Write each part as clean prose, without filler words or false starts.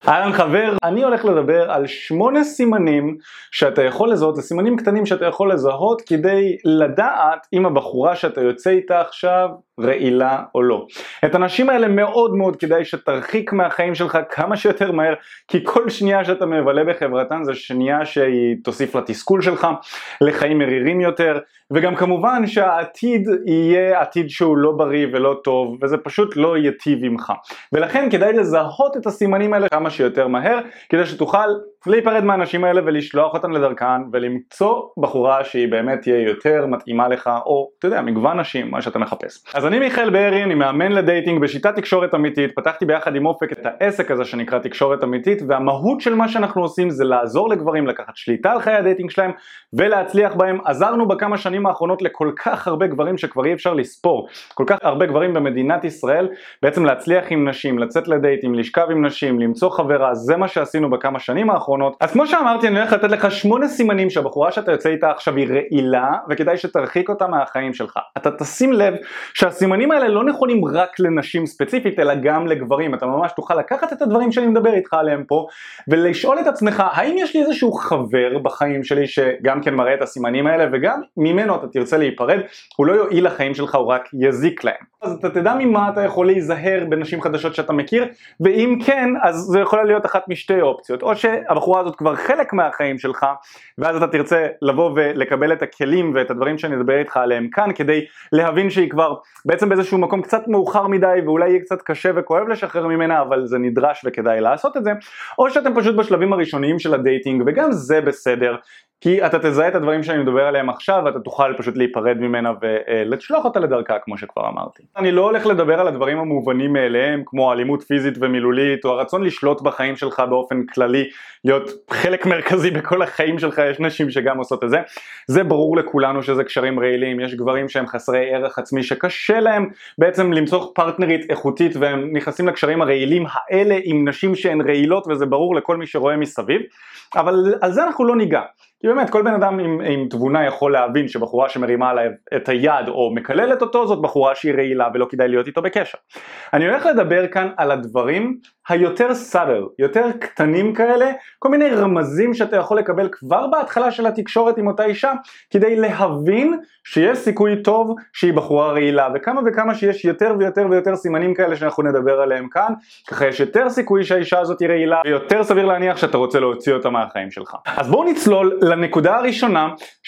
אהלן חבר, אני הולך לדבר על 8 סימנים שאתה יכול לזהות, זה סימנים קטנים שאתה יכול לזהות כדי לדעת אם הבחורה שאתה יוצא איתה עכשיו רעילה או לא. את הנשים האלה מאוד מאוד כדאי שתרחיק מהחיים שלך כמה שיותר מהר, כי כל שנייה שאתה מבלה בחברתן זה שנייה שהיא תוסיף לתסכול שלך, לחיים מרירים יותר, וגם כמובן שהעתיד יהיה עתיד שהוא לא בריא ולא טוב, וזה פשוט לא ייטיב עמך. ולכן כדאי לזהות את הסימנים האלה כמה שיותר מהר, כדי שתוכל להיפרד מהאנשים האלה ולשלוח אותן לדרכן, ולמצוא בחורה שהיא באמת תהיה יותר מתאימה לך, או אתה יודע, מגוון נשים, מה שאתה מחפש. אז אני מיכאל בארי, אני מאמן לדייטינג בשיטת תקשורת אמיתית, פתחתי ביחד עם אופק את העסק הזה שנקרא תקשורת אמיתית, והמהות של מה שאנחנו עושים זה לעזור לגברים לקחת שליטה על חיי הדייטינג שלהם ולהצליח בהם. עזרנו בכמה שנים האחרונות לכל כך הרבה גברים שכבר אי אפשר לספור, כל כך הרבה גברים במדינת ישראל, בעצם להצליח עם נשים, לצאת לדייטים, לשכב עם נשים, למצוא חברה, זה מה שעשינו בכמה שנים האחרונות. אז כמו שאמרתי, אני הולך לתת לך 8 סימנים שהבחורה שאתה יוצא איתה עכשיו היא רעילה, וכדאי שתרחיק אותה מהחיים שלך. אתה תשים לב שהסימנים האלה לא נכונים רק לנשים ספציפית, אלא גם לגברים. אתה ממש תוכל לקחת את הדברים שאני מדבר איתך עליהם פה, ולשאול את עצמך, האם יש לי איזשהו חבר בחיים שלי שגם כן מראה את הסימנים האלה, וגם ממנו אתה תרצה להיפרד, הוא לא יועיל לחיים שלך, הוא רק יזיק להם. אז אתה תדע ממה אתה יכול להיזהר בנשים חדשות שאתה מכיר, ואם כן, אז זה יכולה להיות אחת משתי אופציות, או שהבחורה הזאת כבר חלק מהחיים שלך, ואז אתה תרצה לבוא ולקבל את הכלים ואת הדברים שאני אדבר איתך עליהם כאן, כדי להבין שהיא כבר בעצם באיזשהו מקום קצת מאוחר מדי, ואולי יהיה קצת קשה וכואב לשחרר ממנה, אבל זה נדרש וכדאי לעשות את זה, או שאתם פשוט בשלבים הראשוניים של הדייטינג, וגם זה בסדר, כי אתה תזהה את הדברים שאני מדבר עליהם עכשיו, ואתה תוכל פשוט להיפרד ממנה ולשלוח אותה לדרכה, כמו שכבר אמרתי. אני לא הולך לדבר על הדברים המובנים מאליהם, כמו אלימות פיזית ומילולית, או הרצון לשלוט בחיים שלך באופן כללי, להיות חלק מרכזי בכל החיים שלך. יש נשים שגם עושות את זה. זה ברור לכולנו שזה קשרים רעילים, יש גברים שהם חסרי ערך עצמי, שקשה להם בעצם למצוא פרטנרית איכותית, והם נכנסים לקשרים הרעילים האלה עם נשים שהן רעילות, וזה ברור לכל מי שרואה מסביב. אבל על זה אנחנו לא ניגע. כי באמת כל בן אדם עם תבונה יכול להבין שבחורה שמרימה עליו את היד או מקללת אותו, זאת בחורה שהיא רעילה ולא כדאי להיות איתו בקשר. אני הולך לדבר כאן על הדברים היותר סאבל, יותר קטנים כאלה, כל מיני רמזים שאתה יכול לקבל כבר בהתחלה של התקשורת עם אותה אישה, כדי להבין שיש סיכוי טוב שהיא בחורה רעילה, וכמה וכמה שיש יותר ויותר ויותר סימנים כאלה שאנחנו נדבר עליהם כאן, ככה יש יותר סיכוי שהאישה הזאת היא רעילה, ויותר סביר להניח שאתה רוצה להוציא אותה מהחיים שלך. אז בואו נצלול לנקודה הראשונה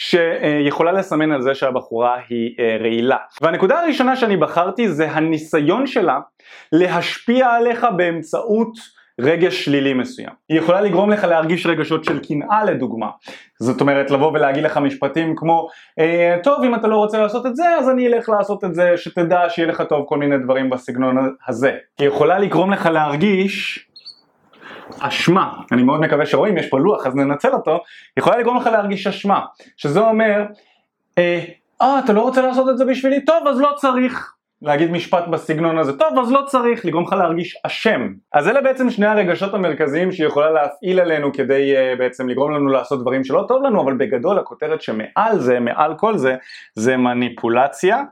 שיכולה לסמן על זה שהבחורה היא רעילה. והנקודה הראשונה שאני בחרתי זה הניסיון שלה להשפיע עליך באמצעות רגש שלילי מסוים. היא יכולה לגרום לך להרגיש רגשות של קנאה לדוגמה. זאת אומרת לבוא ולהגיד לך משפטים כמו טוב, אם אתה לא רוצה לעשות את זה אז אני אלך לעשות את זה, שתדע שיהיה לך טוב, כל מיני דברים בסגנון הזה. היא יכולה לגרום לך להרגיש אשמה, אני מאוד מקווה שרואים, יש פה לוח אז ננצל אותו. יכולה לגרום לך להרגיש אשמה, שזה אומר אתה לא רוצה לעשות את זה בשבילי, טוב אז לא צריך. להגיד משפט בסגנון הזה, טוב אז לא צריך, לגרום לך להרגיש אשם. אז אלה בעצם שני הרגשות המרכזיים שיכולה להפעיל עלינו כדי בעצם לגרום לנו לעשות דברים שלא טוב לנו, אבל בגדול הכותרת שמעל זה, מעל כל זה, זה מניפולציה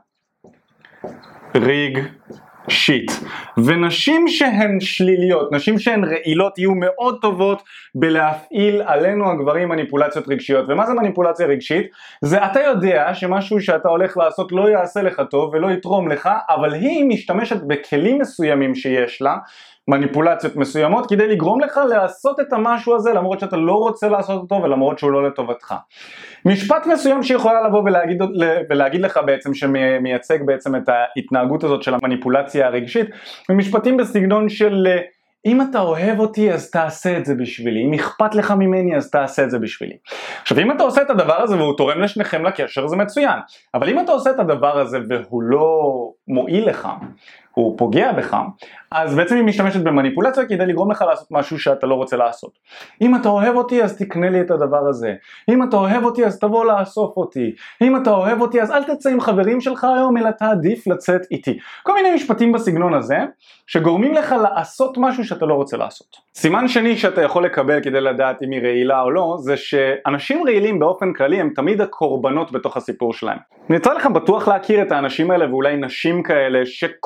רגשית. ונשים שהן שליליות, נשים שהן רעילות, יהיו מאוד טובות בלהפעיל עלינו הגברים מניפולציות רגשיות. ומה זה מניפולציה רגשית? זה אתה יודע שמשהו שאתה הולך לעשות לא יעשה לך טוב ולא יתרום לך, אבל היא משתמשת בכלים מסוימים שיש לה, מניפולציות מסוימות, כדי לגרום לך לעשות את המשהו הזה למרות שאתה לא רוצה לעשות אותו ולמרות שהוא לא לטובתך. משפט מסוים שיכולה לבוא ולהגיד לך בעצם, שמייצג בעצם את ההתנהגות הזאת של המניפולציה הרגשית, ומשפטים בסגנון של אם אתה אוהב אותי אז תעשה את זה בשבילי, אם אכפת לך ממני אז תעשה את זה בשבילי. עכשיו אם אתה עושה את הדבר הזה והוא תורם לשניכם לקשר זה מצוין, אבל אם אתה עושה את הדבר הזה והוא לא מועיל לך, הוא פוגע בך, אז בעצם היא משתמשת במניפולציה כדי לגרום לך לעשות משהו שאתה לא רוצה לעשות. אם אתה אוהב אותי אז תקנה לי את הדבר הזה, אם אתה אוהב אותי אז תבוא לאסוף אותי, אם אתה אוהב אותי אז אל תצא עם חברים שלך היום אלא תעדיף לצאת איתי. כל מיני משפטים בסגנון הזה שגורמים לך לעשות משהו שאתה לא רוצה לעשות. סימן שני שאתה יכול לקבל כדי לדעת אם היא רעילה או לא, זה שאנשים רעילים באופן כללי הם תמיד הקורבנות בתוך הסיפור שלהם. אני יצא לך בטוח להכיר את האנשים האלה, ואולי נשים אנשים כאלה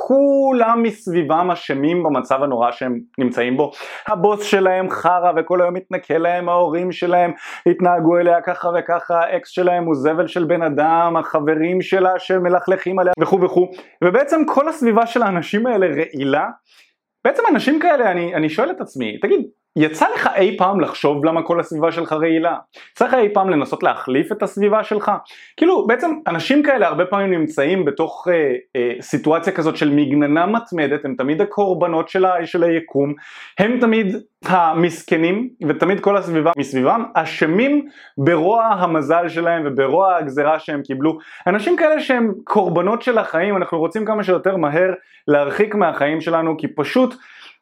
שכולם מסביבם אשמים במצב הנורא שהם נמצאים בו. הבוס שלהם חרא וכל היום מתנכל להם, ההורים שלהם התנהגו אליה ככה וככה, האקס שלהם הוא זבל של בן אדם, החברים שלה שמלכלכים עליה וכו' וכו', ובעצם כל הסביבה של האנשים האלה רעילה. בעצם אנשים כאלה, אני שואל את עצמי, תגיד, יצא לך אי פעם לחשוב למה כל הסביבה שלך רעילה? יצא לך אי פעם לנסות להחליף את הסביבה שלך? כאילו בעצם אנשים כאלה הרבה פעמים נמצאים בתוך סיטואציה כזאת של מגננה מתמדת, הם תמיד הקורבנות של היקום, הם תמיד המסכנים, ותמיד כל הסביבה מסביבם אשמים ברוע המזל שלהם וברוע הגזרה שהם קיבלו. אנשים כאלה שהם קורבנות של החיים, אנחנו רוצים כמה שיותר מהר להרחיק מהחיים שלנו, כי פשוט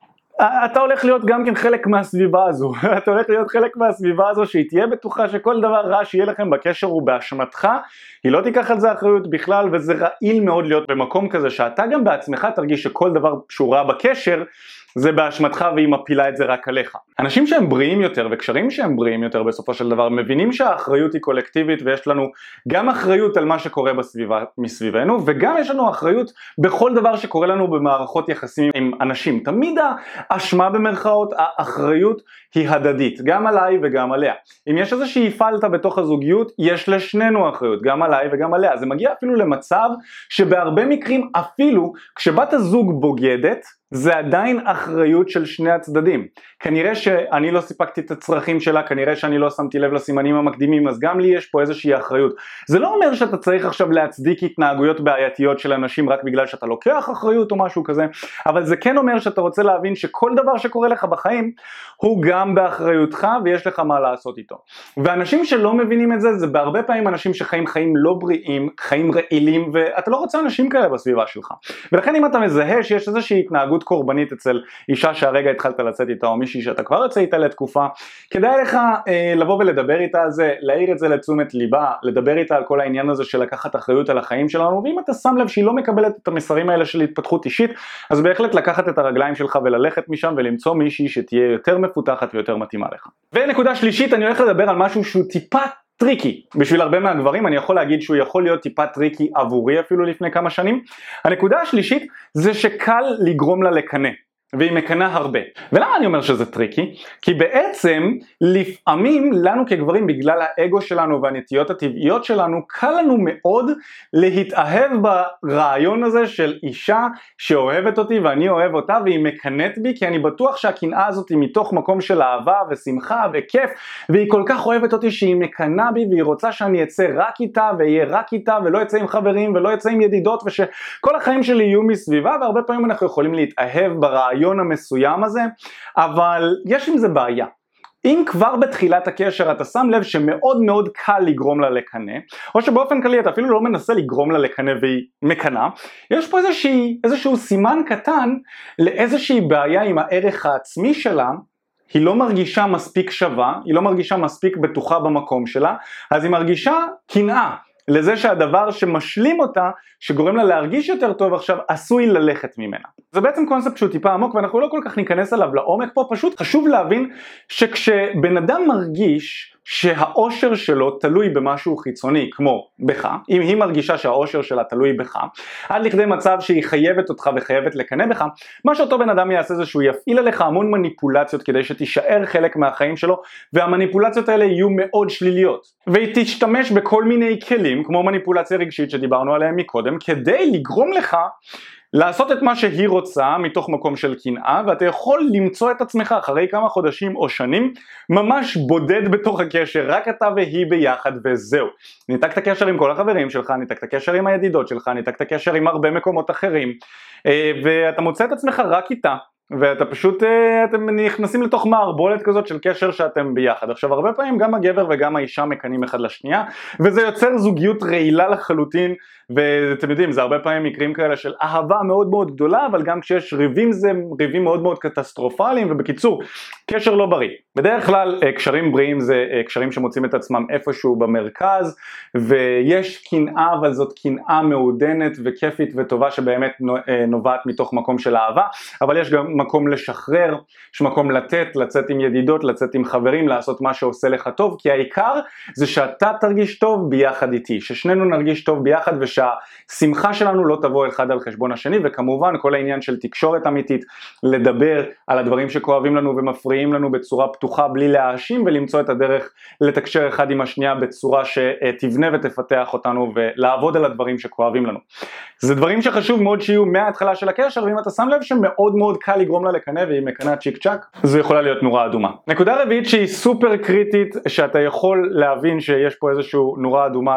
אתה הולך להיות גם כן חלק מהסביבה הזו, אתה הולך להיות חלק מהסביבה הזו שהיא תהיה בטוחה שכל דבר רע שיהיה לכם בקשר הוא באשמתך, היא לא תיקח על זה אחריות בכלל, וזה רעיל מאוד להיות במקום כזה שאתה גם בעצמך תרגיש שכל דבר שהוא רע בקשר זה באשמתך והיא מפילה את זה רק עליך. אנשים שהם בריאים יותר וקשרים שהם בריאים יותר בסופו של דבר מבינים שהאחריות היא קולקטיבית, ויש לנו גם אחריות על מה שקורה בסביבה מסביבנו, וגם יש לנו אחריות בכל דבר שקורה לנו במערכות יחסים עם אנשים. תמיד האשמה במרכאות, האחריות היא הדדית, גם עליי וגם עליה. אם יש איזושהי פלטה בתוך הזוגיות, יש לשנינו אחריות, גם עליי וגם עליה. זה מגיע אפילו למצב שבהרבה מקרים אפילו כשבת הזוג בוגדת, זה עדיין אחריות של שני הצדדים. כנראה שאני לא סיפקתי את הצרכים שלה, כנראה שאני לא שמתי לב לסימנים המקדימים, אז גם לי יש פה איזושהי אחריות. זה לא אומר שאתה צריך עכשיו להצדיק התנהגויות בעייתיות של אנשים רק בגלל שאתה לוקח אחריות או משהו כזה, אבל זה כן אומר שאתה רוצה להבין שכל דבר שקורה לך בחיים הוא גם באחריותך ויש לך מה לעשות איתו. ואנשים שלא מבינים את זה, זה בהרבה פעמים אנשים שחיים חיים לא בריאים, חיים רעילים, ואתה לא רוצה אנשים כאלה בסביבה שלך. ולכן אם אתה מזהה שיש איזושהי התנהגות קורבנית אצל אישה שהרגע התחלת לצאת איתה, או מישהי שאתה כבר יוצא איתה לתקופה, כדאי לך לבוא ולדבר איתה על זה, להעיר את זה לתשומת ליבה, לדבר איתה על כל העניין הזה של לקחת אחריות על החיים שלנו, ואם אתה שם לב שהיא לא מקבלת את המסרים האלה של התפתחות אישית, אז בהחלט לקחת את הרגליים שלך וללכת משם ולמצוא מישהי שתהיה יותר מפותחת ויותר מתאימה לך. ונקודה שלישית, אני הולך לדבר על משהו שהוא טיפה טריקי. בשביל הרבה מהגברים אני יכול להגיד שהוא יכול להיות טיפה טריקי עבורי אפילו לפני כמה שנים. הנקודה השלישית זה שקל לגרום לה לקנא, והיא מקנה הרבה. ולמה אני אומר שזה טריקי? כי בעצם לפעמים לנו כגברים בגלל האגו שלנו והנטיות הטבעיות שלנו קל לנו מאוד להתאהב ברעיון הזה של אישה שאוהבת אותי ואני אוהב אותה והיא מקנאת בי, כי אני בטוח שהקנאה הזאת היא מתוך מקום של אהבה ושמחה וכיף, והיא כל כך אוהבת אותי שהיא מקנאה בי והיא רוצה שאני אצא רק איתה ויהיה רק איתה ולא אצא עם חברים ולא אצא עם ידידות ושכל החיים שלי יהיו מסביבה. והרבה פעמים אנחנו יכולים להתאהב ברעיון המסוים הזה, אבל יש עם זה בעיה. אם כבר בתחילת הקשר אתה שם לב שמאוד מאוד קל לגרום לה לקנא, או שבאופן כללי אתה אפילו לא מנסה לגרום לה לקנא והיא מקנאה, יש פה איזשהו סימן קטן לאיזושהי בעיה עם הערך העצמי שלה. היא לא מרגישה מספיק שווה, היא לא מרגישה מספיק בטוחה במקום שלה, אז היא מרגישה קנאה לזה שהדבר שמשלים אותה, שגורם לה להרגיש יותר טוב עכשיו, עשוי ללכת ממנה. זה בעצם קונספט שהוא טיפה עמוק, ואנחנו לא כל כך ניכנס עליו לעומק פה. פשוט חשוב להבין שכשבן אדם מרגיש שהאושר שלו תלוי במשהו חיצוני, כמו בך, אם היא מרגישה שהאושר שלה תלוי בך, עד לכדי מצב שהיא חייבת אותך וחייבת לקנא בך, מה שאותו בן אדם יעשה זה שהוא יפעיל עליך המון מניפולציות כדי שתישאר חלק מהחיים שלו, והמניפולציות האלה יהיו מאוד שליליות. והיא תשתמש בכל מיני כלים, כמו מניפולציה רגשית שדיברנו עליהם מקודם, כדי לגרום לך לעשות את מה שהיא רוצה מתוך מקום של קנאה, ואתה יכול למצוא את עצמך אחרי כמה חודשים או שנים ממש בודד בתוך הקשר, רק אתה והיא ביחד וזהו. ניתקת קשר עם כל החברים שלך, ניתקת קשר עם הידידות שלך, ניתקת קשר עם הרבה מקומות אחרים, ואתה מוצא את עצמך רק איתה, ואתה פשוט, אתם נכנסים לתוך מערבולת כזאת של קשר שאתם ביחד. עכשיו הרבה פעמים גם הגבר וגם האישה מקנים אחד לשנייה, וזה יוצר זוגיות רעילה לחלוטין, ואתם יודעים, זה הרבה פעמים מקרים כאלה של אהבה מאוד מאוד גדולה, אבל גם כשיש ריבים זה ריבים מאוד מאוד קטסטרופליים, ובקיצור, קשר לא בריא. בדרך כלל קשרים בריאים זה קשרים שמוצאים את עצמם איפשהו במרכז, ויש קנאה, אבל זאת קנאה מעודנת וכיפית וטובה שבאמת נובעת מתוך מקום של אהבה, אבל יש גם מקום לשחרר, יש מקום לצאת עם ידידות, לצאת עם חברים, לעשות מה שעושה לך טוב, כי העיקר זה שאתה תרגיש טוב ביחד איתי, ששנינו נרגיש טוב ביחד ושהשמחה שלנו לא תבוא אחד על חשבון השני, וכמובן כל העניין של תקשורת אמיתית, לדבר על הדברים שכואבים לנו ומפריעים לנו בצורה פתוחה בלי להאשים, ולמצוא את הדרך לתקשר אחד עם השנייה בצורה שתבנה ותפתח אותנו ולעבוד על הדברים שכואבים לנו. זה דברים שחשוב מאוד שיהיו מההתחלה של הקשר, ואם אתה שם לב שמאוד מאוד קל לגרום לה לקנה והיא מקנה צ'יק צ'ק, זו יכולה להיות נורה אדומה. נקודה רביעית שהיא סופר קריטית, שאתה יכול להבין שיש פה איזשהו נורה אדומה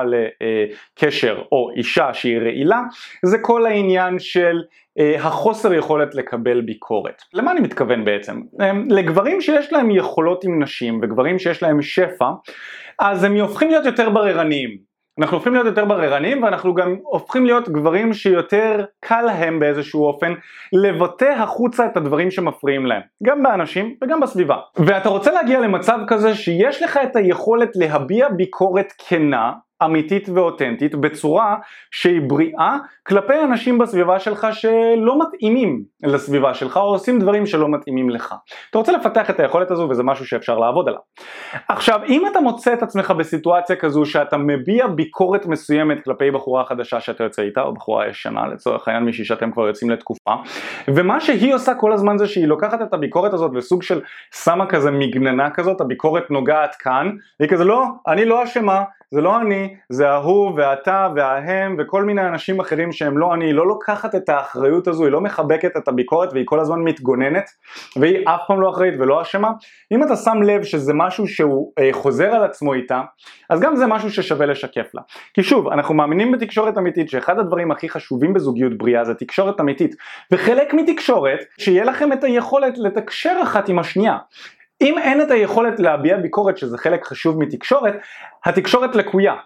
לקשר או אישה שהיא רעילה, זה כל העניין של החוסר יכולת לקבל ביקורת. למה אני מתכוון בעצם? לגברים שיש להם יכולות עם נשים וגברים שיש להם שפע, אז הם הופכים להיות יותר בררניים. אנחנו הופכים להיות יותר בררניים, ואנחנו גם הופכים להיות גברים שיותר קל להם באיזשהו אופן לבטא החוצה את הדברים שמפריעים להם, גם באנשים וגם בסביבה. ואתה רוצה להגיע למצב כזה שיש לך את היכולת להביע ביקורת כנה, אמיתית ואותנטית, בצורה שהיא בריאה כלפי אנשים בסביבה שלך שלא מתאימים לסביבה שלך, או עושים דברים שלא מתאימים לך. אתה רוצה לפתח את היכולת הזו, וזה משהו שאפשר לעבוד עליו. עכשיו, אם אתה מוצא את עצמך בסיטואציה כזו שאתה מביע ביקורת מסוימת כלפי בחורה חדשה שאתה יוצא איתה, או בחורה ישנה, לצורך העניין מישהי שאתם כבר יוצאים לתקופה, ומה שהיא עושה כל הזמן זה שהיא לוקחת את הביקורת הזאת וסוג של שמה כזה מגננה כזאת, הביקורת נוגעת כאן, והיא כזה לא, אני לא אשמה, זה לא אני, זה ההוא ואתה וההם וכל מיני אנשים אחרים שהם לא אני, היא לא לוקחת את האחריות הזו, היא לא מחבקת את הביקורת והיא כל הזמן מתגוננת והיא אף פעם לא אחראית ולא אשמה. אם אתה שם לב שזה משהו שהוא חוזר על עצמו איתה, אז גם זה משהו ששווה לשקף לה. כי שוב, אנחנו מאמינים בתקשורת אמיתית, שאחד הדברים הכי חשובים בזוגיות בריאה זה תקשורת אמיתית, וחלק מתקשורת שיהיה לכם את היכולת לתקשר אחת עם השנייה. אם אין את היכולת להביע ביקורת, שזה חלק חשוב מתקשורת, התקשורת לקויה.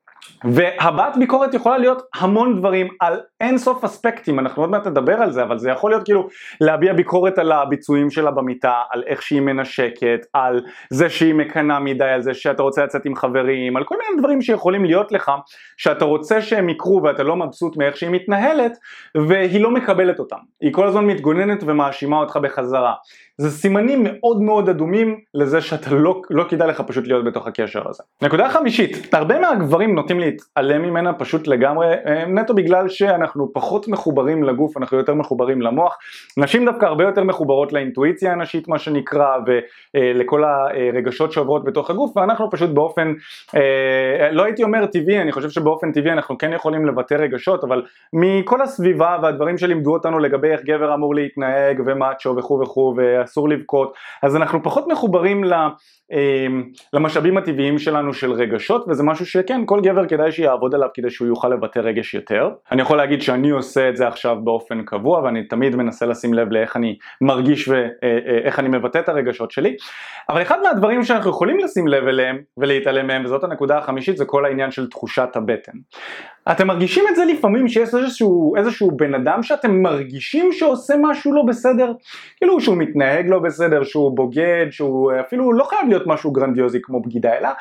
והבעת ביקורת יכולה להיות המון דברים על אין סוף אספקטים, אנחנו עוד מעט נדבר על זה, אבל זה יכול להיות כאילו להביע ביקורת על הביצועים שלה במיטה, על איך שהיא מנשקת, על זה שהיא מקנה מדי, על זה שאתה רוצה לצאת עם חברים, על כל מיני דברים שיכולים להיות לך, שאתה רוצה שהם יקרו ואתה לא מבסוט מאיך שהיא מתנהלת, והיא לא מקבלת אותם. היא כל הזמן מתגוננת ומאשימה אותך בחזרה. זה סימנים מאוד מאוד אדומים לזה שאתה לא כדאי לך פשוט להיות בתוך הקשר הזה. נקודה חמישית, הרבה מהגברים נוטים להתעלם ממנה פשוט לגמרי, נטו בגלל שאנחנו פחות מחוברים לגוף, אנחנו יותר מחוברים למוח. נשים דווקא הרבה יותר מחוברות לאינטואיציה הנשית מה שנקרא, ולכל הרגשות שעוברות בתוך הגוף, ואנחנו פשוט באופן, לא הייתי אומר טבעי, אני חושב שבאופן טבעי אנחנו כן יכולים לבטא רגשות, אבל מכל הסביבה והדברים שלימדו אותנו לגבי איך גבר אמור להתנהג ומאצ'ו וכו' וכו' ואסור לבכות, אז אנחנו פחות מחוברים למשאבים הטבעיים שלנו של רגשות, וזה משהו שכן, כל גבר כדאי שיעבוד עליו כדי שהוא יוכל לבטא רגש יותר. אני יכול להגיד שאני עושה את זה עכשיו באופן קבוע, ואני תמיד מנסה לשים לב לאיך אני מרגיש ואיך אני מבטא את הרגשות שלי. אבל אחד מהדברים שאנחנו יכולים לשים לב אליהם ולהתעלם מהם, וזאת הנקודה החמישית, זה כל העניין של תחושת הבטן. אתם מרגישים את זה לפעמים שיש איזשהו בן אדם שאתם מרגישים שעושה משהו לא בסדר, כאילו שהוא מתנהג לא בסדר, שהוא בוגד, שהוא אפילו לא חייב להיות משהו גרנדיוזי כמו בגידה, אלא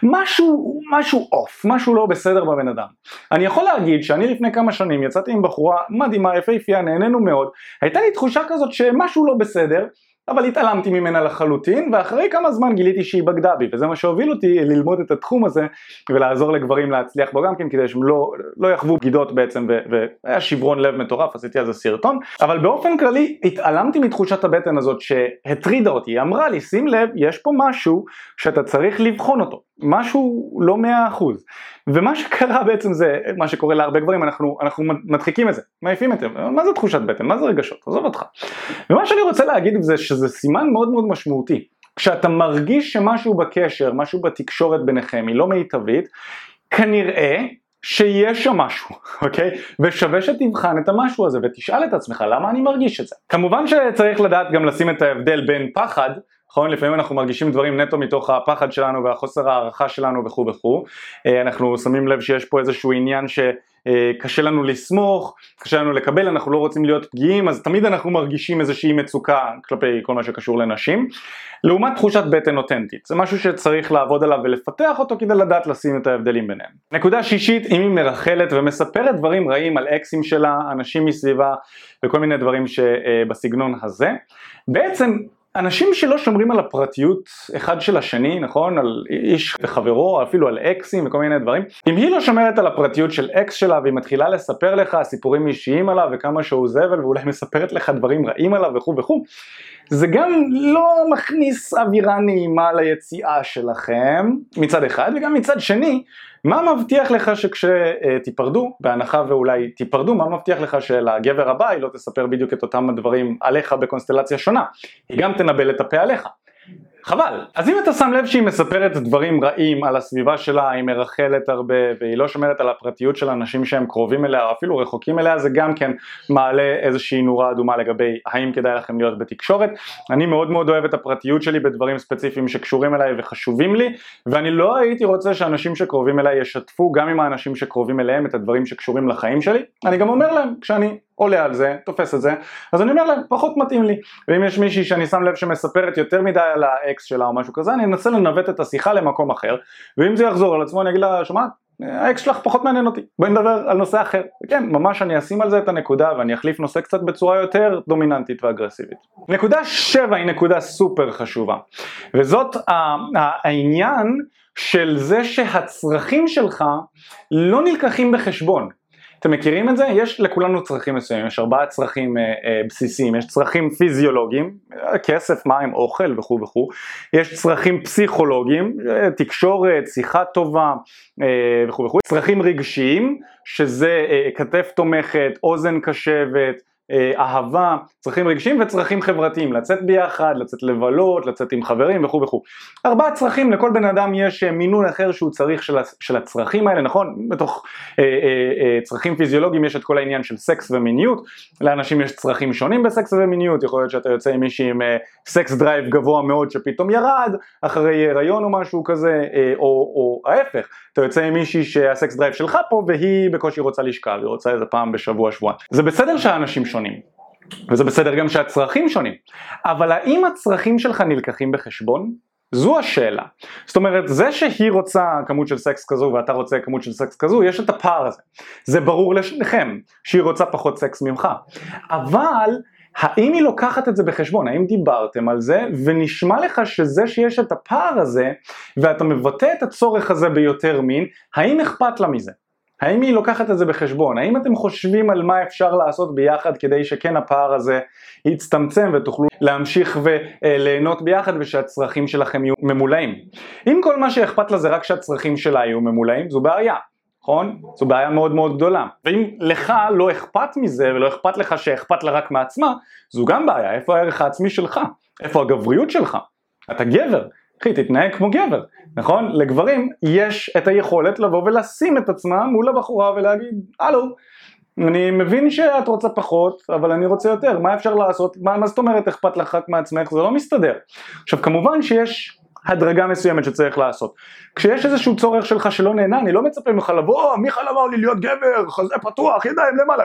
משהו אוף, משהו לא בסדר בבן אדם. אני יכול להגיד שאני לפני כמה שנים יצאתי עם בחורה מדהימה, יפהפייה, נהנינו מאוד, הייתה לי תחושה כזאת שמשהו לא בסדר, אבל התעלמתי ממנה לחלוטין, ואחרי כמה זמן גיליתי שהיא בגדה בי, וזה מה שהוביל אותי ללמוד את התחום הזה, ולעזור לגברים להצליח בו גם כן, כדי שהם לא יחוו בגידות בעצם, והיה שברון לב מטורף, עשיתי על זה סרטון, אבל באופן כללי התעלמתי מתחושת הבטן הזאת שהטרידה אותי, היא אמרה לי, שים לב, יש פה משהו שאתה צריך לבחון אותו, משהו לא 100%, ומה שקרה בעצם זה, מה שקורה להרבה גברים, אנחנו מדחיקים את זה, מעיפים את זה, מה זה תחושת בטן, מה זה רגשות, עזוב אותך. ומה שאני רוצה להגיד זה שזה סימן מאוד מאוד משמעותי, כשאתה מרגיש שמשהו בקשר, משהו בתקשורת ביניכם היא לא מיטבית, כנראה שיש שם משהו, אוקיי? ושווה שתבחן את המשהו הזה ותשאל את עצמך למה אני מרגיש את זה. כמובן שצריך לדעת גם לשים את ההבדל בין פחד, נכון? לפעמים אנחנו מרגישים דברים נטו מתוך הפחד שלנו והחוסר הערכה שלנו וכו' וכו'. אנחנו שמים לב שיש פה איזשהו עניין קשה לנו לסמוך, קשה לנו לקבל, אנחנו לא רוצים להיות פגיעים, אז תמיד אנחנו מרגישים איזושהי מצוקה כלפי כל מה שקשור לנשים, לעומת תחושת בטן אותנטית. זה משהו שצריך לעבוד עליו ולפתח אותו כדי לדעת לשים את ההבדלים ביניהם. נקודה שישית, אם היא מרחלת ומספרת דברים רעים על אקסים שלה, אנשים מסביבה וכל מיני דברים שבסגנון הזה, בעצם אנשים שלא שומרים על הפרטיות אחד של השני, נכון? על איש וחברו, אפילו על אקסים וכל מיני דברים. אם היא לא שומרת על הפרטיות של אקס שלה והיא מתחילה לספר לך סיפורים אישיים עליו וכמה שהוא זבל ואולי מספרת לך דברים רעים עליו וכו' וכו', זה גם לא מכניס אווירה נעימה ליציאה שלכם מצד אחד, וגם מצד שני, מה מבטיח לך שכשתיפרדו, בהנחה ואולי תיפרדו, מה מבטיח לך שלגבר הבא היא לא תספר בדיוק את אותם הדברים עליך בקונסטלציה שונה, היא גם תנבל את הפה עליך. חבל. אז אם אתה שם לב שהיא מספרת דברים רעים על הסביבה שלה, היא מרחלת הרבה והיא לא שומרת על הפרטיות של אנשים שהם קרובים אליה או אפילו רחוקים אליה, זה גם כן מעלה איזושהי נורה אדומה לגבי האם כדאי לכם להיות בתקשורת. אני מאוד מאוד אוהב את הפרטיות שלי בדברים ספציפיים שקשורים אליי וחשובים לי, ואני לא הייתי רוצה שאנשים שקרובים אליי ישתפו גם עם האנשים שקרובים אליהם את הדברים שקשורים לחיים שלי. אני גם אומר להם כשאני עולה על זה, תופס את זה, אז אני אומר להם, פחות מתאים לי. ואם יש מישהי שאני שם לב שמספרת יותר מדי על האקס שלה או משהו כזה, אני אנסה לנווט את השיחה למקום אחר, ואם זה יחזור על עצמו אני אגיד לה, שומעת, האקס שלך פחות מעניין אותי, בואי נדבר על נושא אחר. וכן, ממש אני אשים על זה את הנקודה ואני אחליף נושא קצת בצורה יותר דומיננטית ואגרסיבית. נקודה 7 היא נקודה סופר חשובה, וזאת העניין של זה שהצרכים שלך לא נלקחים בחשבון. אתם מכירים את זה? יש לכולנו צרכים מסוימים, יש 4 צרכים בסיסיים, יש צרכים פיזיולוגיים, כסף, מים, אוכל וכו' וכו', יש צרכים פסיכולוגיים, תקשורת, שיחה טובה וכו' וכו', צרכים רגשיים, שזה כתף תומכת, אוזן קשבת, אהבה, צרכים רגשיים וצרכים חברתיים, לצאת ביחד, לצאת לבלות, לצאת עם חברים וכו' וכו'. 4 צרכים, לכל בן אדם יש מינון אחר שהוא צריך של הצרכים האלה, נכון? בתוך צרכים פיזיולוגיים יש את כל העניין של סקס ומיניות, לאנשים יש צרכים שונים בסקס ומיניות, יכול להיות שאתה יוצא עם מישהי עם סקס דרייב גבוה מאוד שפתאום ירד, אחרי הריון או משהו כזה, או ההפך, אתה יוצא עם מישהי שהסקס דרייב שלך פה והיא בקושי רוצה לשכב, היא רוצה איזה פעם בשבוע שבוע. זה בסדר שהאנשים שונים, וזה בסדר גם שהצרכים שונים, אבל האם הצרכים שלך נלקחים בחשבון? זו השאלה. זאת אומרת, זה שהיא רוצה כמות של סקס כזו ואתה רוצה כמות של סקס כזו, יש את הפער הזה. זה ברור לשניכם שהיא רוצה פחות סקס ממך. אבל האם היא לוקחת את זה בחשבון? האם דיברתם על זה ונשמע לך שזה שיש את הפער הזה ואתה מבטא את הצורך הזה ביותר מין, האם אכפת לה מזה? האם היא לוקחת את זה בחשבון? האם אתם חושבים על מה אפשר לעשות ביחד כדי שכן הפער הזה יצטמצם ותוכלו להמשיך וליהנות ביחד ושהצרכים שלכם יהיו ממולאים? אם כל מה שאכפת לה זה רק שהצרכים שלה יהיו ממולאים, זו בעיה. נכון? זו בעיה מאוד מאוד גדולה. ואם לך לא אכפת מזה ולא אכפת לך שאכפת לה רק מעצמה, זו גם בעיה. איפה הערך העצמי שלך? איפה הגבריות שלך? אתה גבר. אחי, תתנהג כמו גבר, נכון? לגברים יש את היכולת לבוא ולשים את עצמם מול הבחורה ולהגיד, הלו, אני מבין שאת רוצה פחות, אבל אני רוצה יותר, מה אפשר לעשות? מה זאת אומרת אכפת לך רק מעצמך? זה לא מסתדר. עכשיו, כמובן שיש הדרגה מסוימת שצריך לעשות. כשיש איזשהו צורך שלך שלא נהנה, אני לא מצפה ממך לבוא, מיכל אמר לי להיות גבר, חזה פתוח, ידיים למעלה,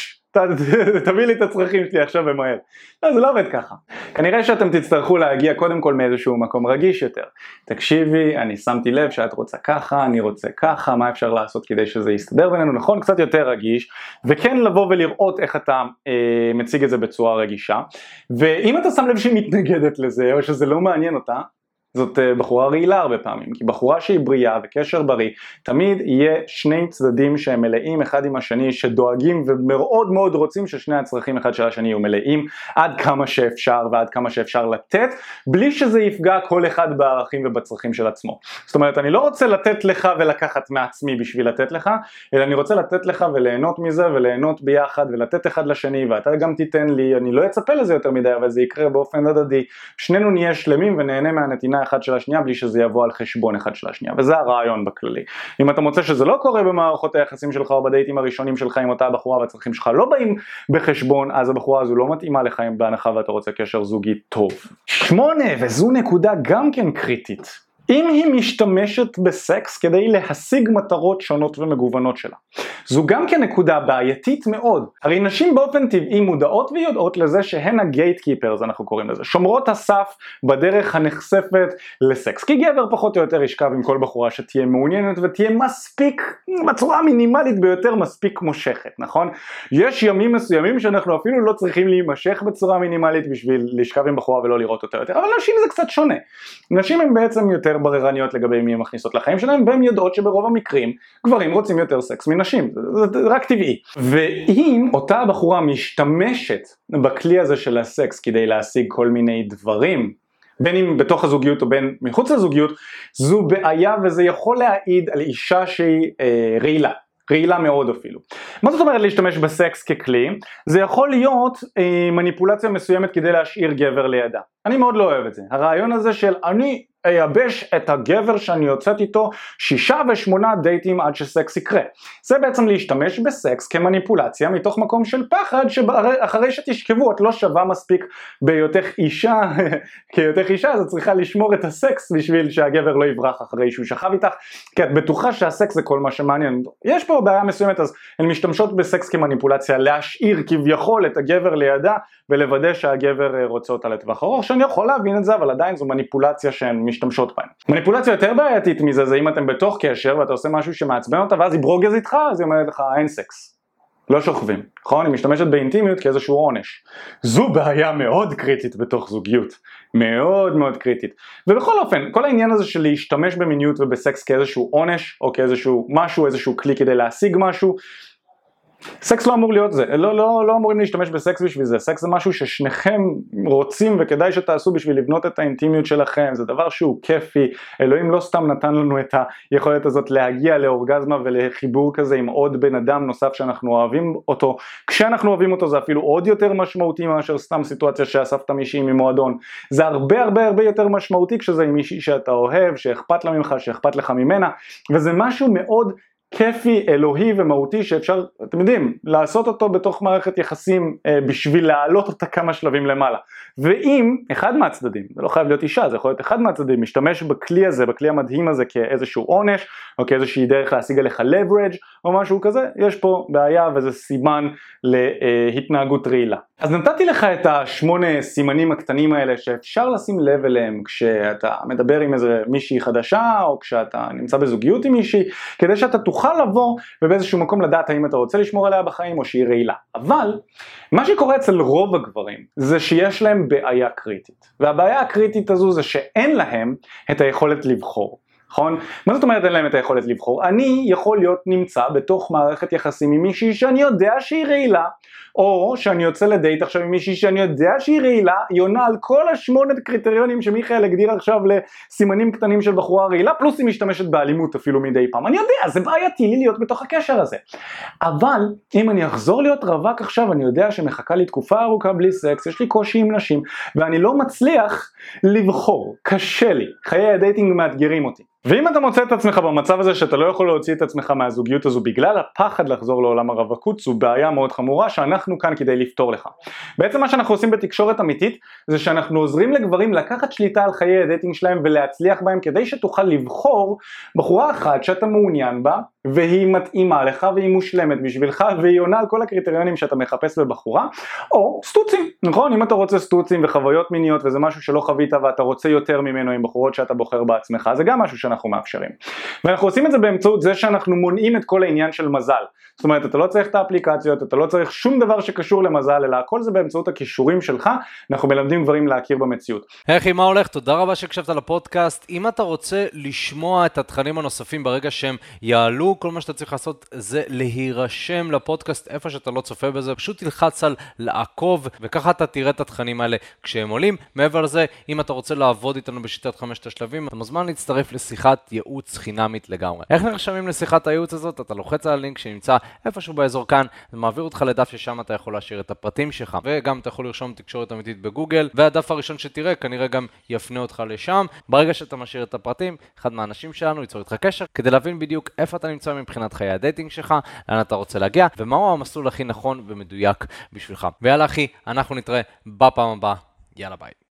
תביא לי את הצרכים שלי עכשיו ומהר. לא, זה לא עובד ככה. כנראה שאתם תצטרכו להגיע קודם כל מאיזשהו מקום רגיש יותר. תקשיבי, אני שמתי לב שאת רוצה ככה, אני רוצה ככה, מה אפשר לעשות כדי שזה יסתדר בינינו, נכון? קצת יותר רגיש, וכן לבוא ולראות איך אתה מציג את זה בצורה רגישה, ואם אתה שם לב שהיא מתנגדת לזה, או שזה לא מעניין אותה, זאת בחורה רעילה הרבה פעמים, כי בחורה שהיא בריאה וקשר בריא, תמיד יהיה שני צדדים שהם מלאים אחד עם השני, שדואגים ומאוד מאוד רוצים ששני הצרכים אחד של השני יהיו מלאים, עד כמה שאפשר ועד כמה שאפשר לתת, בלי שזה יפגע כל אחד בערכים ובצרכים של עצמו. זאת אומרת, אני לא רוצה לתת לך ולקחת מעצמי בשביל לתת לך, אלא אני רוצה לתת לך וליהנות מזה וליהנות ביחד ולתת אחד לשני, ואתה גם תיתן לי, אני לא אצפה לזה יותר מדי, אבל זה יקרה באופן הדדי, שנינו נהיה שלמים ונהנה מהנתינה אחד של השנייה בלי שזה יבוא על חשבון אחד של השנייה, וזה הרעיון בכללי. אם אתה מוצא שזה לא קורה במערכות היחסים שלך או בדייטים הראשונים שלך עם אותה בחורה והצרכים שלך לא באים בחשבון, אז הבחורה הזו לא מתאימה לך בהנחה ואתה רוצה קשר זוגי טוב. 8, וזו נקודה גם כן קריטית. אם היא משתמשת בסקס כדי להשיג מטרות שונות ומגוונות שלה. זו גם כן נקודה בעייתית מאוד. הרי נשים באופן טבעי מודעות ויודעות לזה שהן הגייטקיפרס, אנחנו קוראים לזה, שומרות הסף בדרך הנחשפת לסקס. כי גבר פחות או יותר ישכב עם כל בחורה שתהיה מעוניינת ותהיה מספיק, בצורה המינימלית ביותר, מספיק מושכת, נכון? יש ימים מסוימים שאנחנו אפילו לא צריכים להימשך בצורה מינימלית בשביל לשכב עם בחורה ולא לראות אותה יותר, אבל נשים זה קצת שונה. נשים הן בעצם יותר בררניות לגבי מי הן מכניסות לחיים שלהם, והן יודעות שברוב המקרים גברים רוצים יותר סקס מנשים, זה רק טבעי. ואם אותה בחורה משתמשת בכלי הזה של הסקס כדי להשיג כל מיני דברים, בין אם בתוך הזוגיות או בין מחוץ לזוגיות, זו בעיה, וזה יכול להעיד על אישה שהיא רעילה מאוד אפילו. מה זאת אומרת להשתמש בסקס ככלי? זה יכול להיות מניפולציה מסוימת כדי להשאיר גבר לידה. אני מאוד לא אוהב את זה. הרעיון הזה של אני אייבש את הגבר שאני יוצאת איתו 6 ו8 דייטים עד שסקס יקרה. זה בעצם להשתמש בסקס כמניפולציה מתוך מקום של פחד שאחרי שתשכבו את לא שווה מספיק בהיותך אישה, כהיותך אישה אז את צריכה לשמור את הסקס בשביל שהגבר לא יברח אחרי שהוא שכב איתך, כי את בטוחה שהסקס זה כל מה שמעניין. יש פה בעיה מסוימת, אז הן משתמשות בסקס כמניפולציה להשאיר כביכול את הגבר לידה ולוודא שהגבר רוצה אותה לטווח ארוך, שאני יכול להבין את זה, אבל עדיין זו מניפולציה שהן משתמשות בהן. מניפולציה יותר בעייתית מזה, זה אם אתם בתוך קשר ואתה עושה משהו שמעצבן אותה ואז היא ברוגז איתך, אז היא אומרת לך אין סקס, לא שוכבים, נכון? היא משתמשת באינטימיות כאיזשהו עונש. זו בעיה מאוד קריטית בתוך זוגיות, מאוד מאוד קריטית. ובכל אופן, כל העניין הזה של להשתמש במיניות ובסקס כאיזשהו עונש או כאיזשהו משהו, איזשהו כלי כדי להשיג משהו, סקס לא אמור להיות זה, לא אמורים להשתמש בסקס בשביל זה. סקס זה משהו ששניכם רוצים וכדאי שתעשו בשביל לבנות את האינטימיות שלכם, זה דבר שהוא כיפי, אלוהים לא סתם נתן לנו את היכולת הזאת להגיע לאורגזמה ולחיבור כזה עם עוד בן אדם נוסף שאנחנו אוהבים אותו. כשאנחנו אוהבים אותו זה אפילו עוד יותר משמעותי מאשר סתם סיטואציה שאספת מישהי ממועדון, זה הרבה הרבה הרבה יותר משמעותי כשזה עם מישהי שאתה אוהב, שאכפת לה ממך, שאכפת לך ממנה, וזה משהו מאוד כיפי, אלוהי ומהותי שאפשר, אתם יודעים, לעשות אותו בתוך מערכת יחסים בשביל להעלות אותה כמה שלבים למעלה. ואם אחד מהצדדים, זה לא חייב להיות אישה, זה יכול להיות אחד מהצדדים, משתמש בכלי הזה, בכלי המדהים הזה כאיזשהו עונש, או כאיזושהי דרך להשיג עליך leverage, או משהו כזה, יש פה בעיה וזה סימן להתנהגות רעילה. אז נתתי לך את 8 סימנים הקטנים האלה שאפשר לשים לב אליהם כשאתה מדבר עם איזה מישהי חדשה, או כשאתה נמצא בזוגיות עם מישהי, כדי שאתה תוכל לבוא ובאיזשהו מקום לדעת האם אתה רוצה לשמור עליה בחיים או שהיא רעילה. אבל מה שקורה אצל רוב הגברים זה שיש להם בעיה קריטית, והבעיה הקריטית הזו זה שאין להם את היכולת לבחור. נכון? מה זאת אומרת אין להם את היכולת לבחור? אני יכול להיות נמצא בתוך מערכת יחסים עם מישהי שאני יודע שהיא רעילה, או שאני יוצא לדייט עכשיו עם מישהי שאני יודע שהיא רעילה, היא עונה על כל 8 קריטריונים שמיכאל הגדיר עכשיו לסימנים קטנים של בחורה רעילה, פלוס היא משתמשת באלימות אפילו מדי פעם. אני יודע, זה בעייתי לי להיות בתוך הקשר הזה. אבל אם אני אחזור להיות רווק עכשיו, אני יודע שמחכה לי תקופה ארוכה בלי סקס, יש לי קושי עם נשים, ואני לא מצליח לבחור, קשה לי, חיי הדייטינג מאתגרים אותי. ואם אתה מוצא את עצמך במצב הזה שאתה לא יכול להוציא את עצמך מהזוגיות הזו בגלל הפחד לחזור לעולם הרווקות, זו בעיה מאוד חמורה שאנחנו כאן כדי לפתור לך. בעצם מה שאנחנו עושים בתקשורת אמיתית זה שאנחנו עוזרים לגברים לקחת שליטה על חיי הדייטינג שלהם ולהצליח בהם, כדי שתוכל לבחור בחורה אחת שאתה מעוניין בה והיא מתאימה לך והיא מושלמת בשבילך והיא עונה על כל הקריטריונים שאתה מחפש בבחורה, או סטוצים, נכון? אם אתה רוצה סטוצים וחוויות מיניות וזה משהו שלא חווית ואתה רוצה יותר ממנו עם בחורות שאתה בוחר בעצמך, זה גם משהו שאנחנו מאפשרים. ואנחנו עושים את זה באמצעות זה שאנחנו מונעים את כל העניין של מזל. זאת אומרת, אתה לא צריך את האפליקציות, אתה לא צריך שום דבר שקשור למזל, אלא הכל זה באמצעות הכישורים שלך. אנחנו מלמדים גברים להכיר במציאות. אחי, מה הולך? תודה רבה שהקשבת לפודקאסט. אם אתה רוצה לשמוע את התכנים הנוספים ברגע שהם יעלו, כל מה שאתה צריך לעשות זה להירשם לפודקאסט איפה שאתה לא צופה בזה, פשוט תלחץ על לעקוב, וככה אתה תראה את התכנים האלה כשהם עולים. מעבר לזה, אם אתה רוצה לעבוד איתנו בשיטת 5 השלבים, אתה מוזמן להצטרף לשיחת ייעוץ חינמית לגמרי. איך נרשמים לשיחת הייעוץ הזאת? אתה לוחץ על הלינק שנמצא איפשהו באזור כאן, זה מעביר אותך לדף ששם אתה יכול להשאיר את הפרטים שלך, וגם אתה יכול לרשום תקשורת אמיתית בגוגל, והדף הראשון שתראה כנראה גם יפנה אותך לשם. ברגע שאתה משאיר את הפרטים, אחד מהאנשים שלנו ייצור איתך קשר כדי להבין בדיוק איפה אתה נמצא מבחינת חיי הדייטינג שלך, לאן אתה רוצה להגיע, ומהו המסלול הכי נכון ומדויק בשבילך. ויאללה אחי, אנחנו נתראה בפעם הבאה. יאללה ביי.